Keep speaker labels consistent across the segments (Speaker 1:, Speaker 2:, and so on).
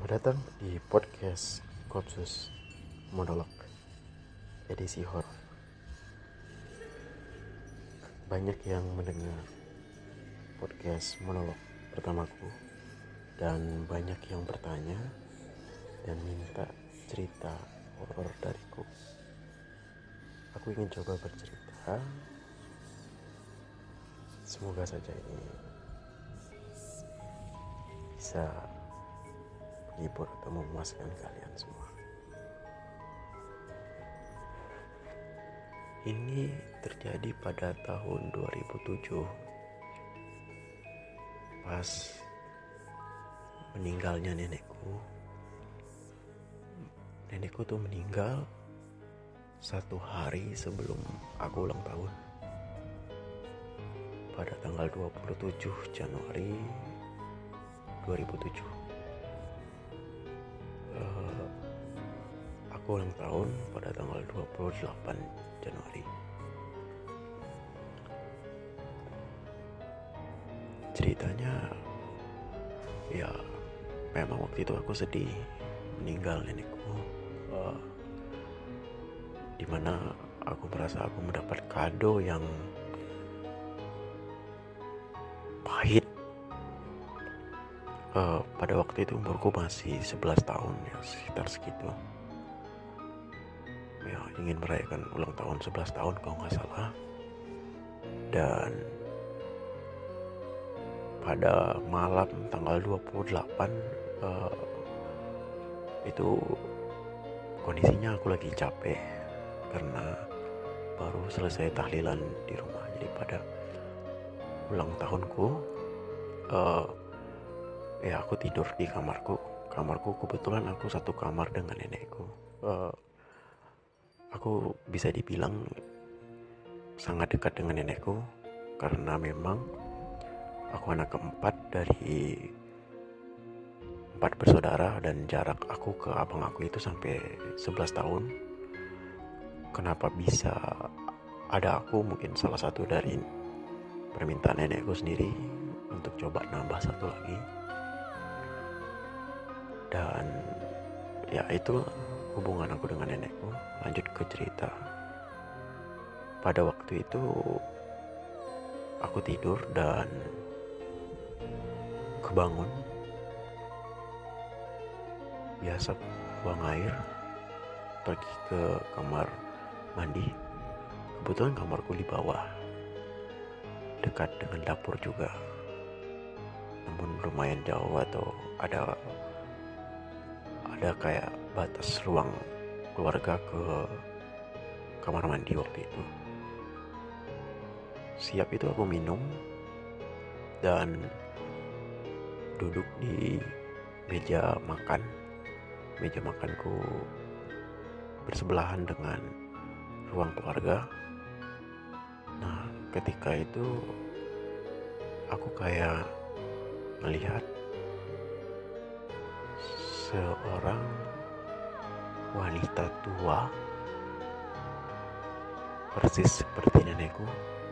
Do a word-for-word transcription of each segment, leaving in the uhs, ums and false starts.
Speaker 1: Selamat datang di podcast Kopsus Monolog edisi horor. Banyak yang mendengar podcast monolog pertamaku dan banyak yang bertanya dan minta cerita horor dariku. Aku ingin coba bercerita. Semoga saja ini bisa menghibur atau memuaskan kalian semua. Ini terjadi pada tahun dua ribu tujuh, pas meninggalnya nenekku. Nenekku tuh meninggal satu hari sebelum aku ulang tahun, pada tanggal dua puluh tujuh Januari dua ribu tujuh. uh, Aku ulang tahun pada tanggal dua puluh delapan Januari. Ceritanya ya memang waktu itu aku sedih meninggal nenekku, uh, dimana aku merasa aku mendapat kado yang pahit. Uh, pada waktu itu umurku masih sebelas tahun, ya sekitar segitu. Ya, ingin merayakan ulang tahun sebelas tahun kalau nggak salah. Dan pada malam tanggal dua puluh delapan uh, itu kondisinya aku lagi capek karena baru selesai tahlilan di rumah. Jadi pada ulang tahunku, uh, ya aku tidur di kamarku. Kamarku kebetulan aku satu kamar dengan nenekku. Uh, aku bisa dibilang sangat dekat dengan nenekku karena memang aku anak keempat dari empat bersaudara dan jarak aku ke abang aku itu sampai sebelas tahun. Kenapa bisa ada aku? Mungkin salah satu dari permintaan nenekku sendiri untuk coba nambah satu lagi. Dan ya itu hubungan aku dengan nenekku. Lanjut ke cerita. Pada waktu itu aku tidur dan kebangun. Biasa buang air, pergi ke kamar mandi. Kebetulan kamarku di bawah, dekat dengan dapur juga, namun lumayan jauh, atau ada ada kayak batas ruang keluarga ke kamar mandi waktu itu. Siap itu aku minum dan duduk di meja makan. Meja makanku bersebelahan dengan ruang keluarga. Nah, ketika itu aku kayak melihat seorang wanita tua persis seperti nenekku.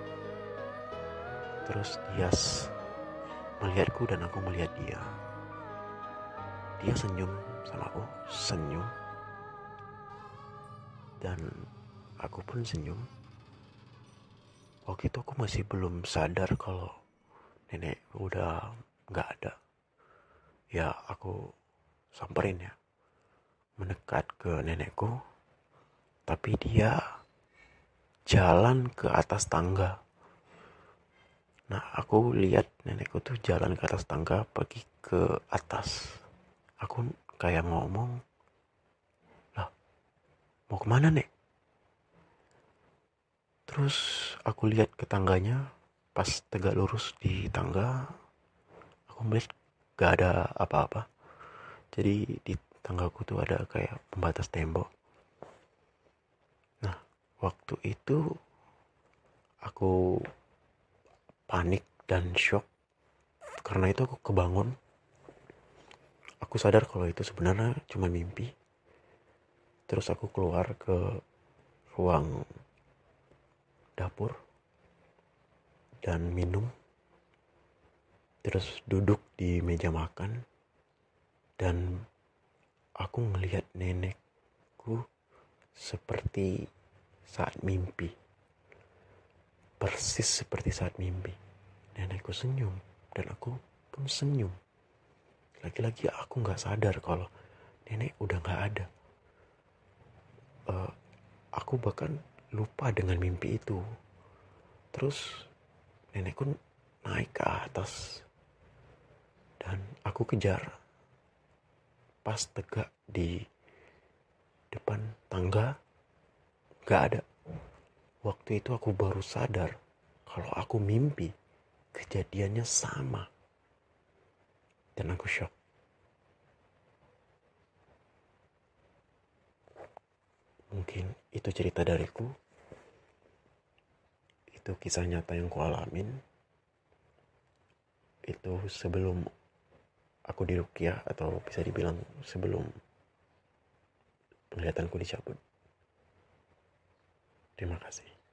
Speaker 1: Terus dia melihatku dan aku melihat dia. Dia senyum sama aku, senyum. Dan aku pun senyum. Waktu itu aku masih belum sadar kalau nenek udah gak ada. Ya aku samperin ya, mendekat ke nenekku. Tapi dia jalan ke atas tangga. Nah, aku lihat nenekku tuh jalan ke atas tangga, pergi ke atas. Aku kayak ngomong, lah, mau kemana nek? Terus aku lihat ke tangganya. Pas tegak lurus di tangga, aku melihat gak ada apa-apa. Jadi di tanggaku tuh ada kayak pembatas tembok. Nah, waktu itu aku panik dan shock. Karena itu aku kebangun. Aku sadar kalau itu sebenarnya cuma mimpi. Terus aku keluar ke ruang dapur dan minum. Terus duduk di meja makan dan aku ngelihat nenekku seperti saat mimpi. Persis seperti saat mimpi. Nenekku senyum dan aku pun senyum. Lagi-lagi aku gak sadar kalau nenek udah gak ada. Uh, aku bahkan lupa dengan mimpi itu. Terus nenekku naik ke atas dan aku kejar. Pas tegak di depan tangga, gak ada. Waktu itu aku baru sadar kalau aku mimpi. Kejadiannya sama. Dan aku shock. Mungkin itu cerita dariku. Itu kisah nyata yang kualamin. Itu sebelum aku diruqyah, atau bisa dibilang sebelum penglihatanku dicabut. Terima kasih.